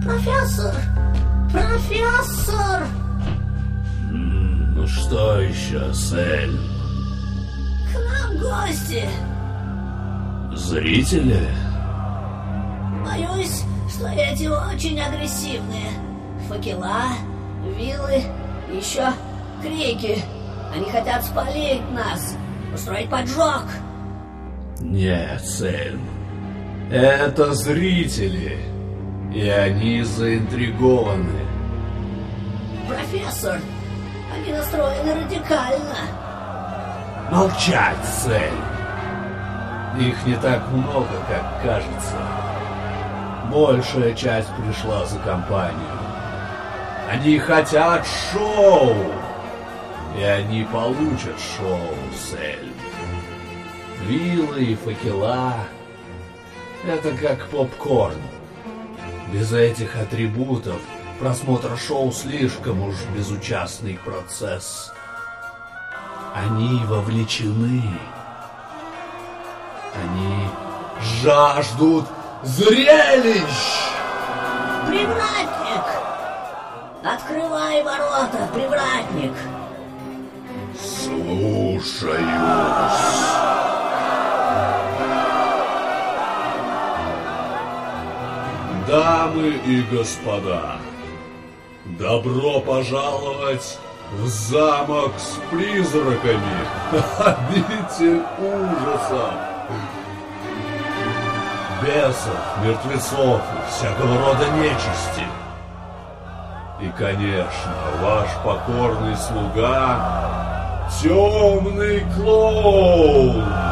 Профессор! Профессор! Ну что еще, Сэль? К нам гости. Зрители? Боюсь, что эти очень агрессивные. Факела, вилы, еще крики. Они хотят спалить нас, устроить поджог. Нет, Сэль. Это зрители. И они заинтригованы. Профессор, они настроены радикально. Молчать, Сэль. Их не так много, как кажется. Большая часть пришла за компанию. Они хотят шоу. И они получат шоу, Сэль. Вилы и факела — это как попкорн. Без этих атрибутов просмотр шоу слишком уж безучастный процесс. Они вовлечены. Они жаждут зрелищ! Привратник! Открывай ворота, привратник! Слушаюсь. Дамы и господа, добро пожаловать в замок с призраками, обитель ужасов, бесов, мертвецов и всякого рода нечисти. И, конечно, ваш покорный слуга — темный клоун.